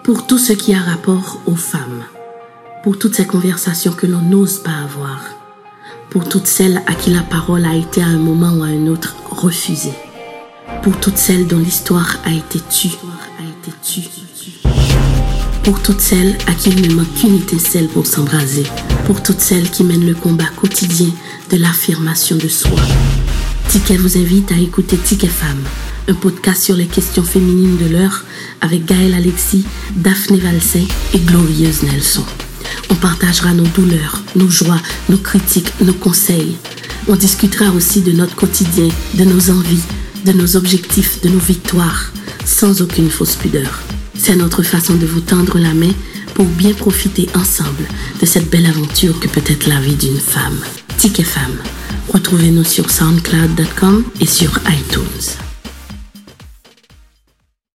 pour tout ce qui a rapport aux femmes, pour toutes ces conversations que l'on n'ose pas avoir, pour toutes celles à qui la parole a été à un moment ou à un autre refusée, pour toutes celles dont l'histoire a été tue, pour toutes celles à qui il ne manque qu'une étincelle pour s'embraser, pour toutes celles qui mènent le combat quotidien de l'affirmation de soi. Ticket vous invite à écouter Ticket Femme, un podcast sur les questions féminines de l'heure avec Gaëlle Alexis, Daphné Valsin et Glorieuse Nelson. On partagera nos douleurs, nos joies, nos critiques, nos conseils. On discutera aussi de notre quotidien, de nos envies, de nos objectifs, de nos victoires, sans aucune fausse pudeur. C'est notre façon de vous tendre la main pour bien profiter ensemble de cette belle aventure que peut être la vie d'une femme. Ticket Femme. Retrouvez-nous sur soundcloud.com et sur iTunes.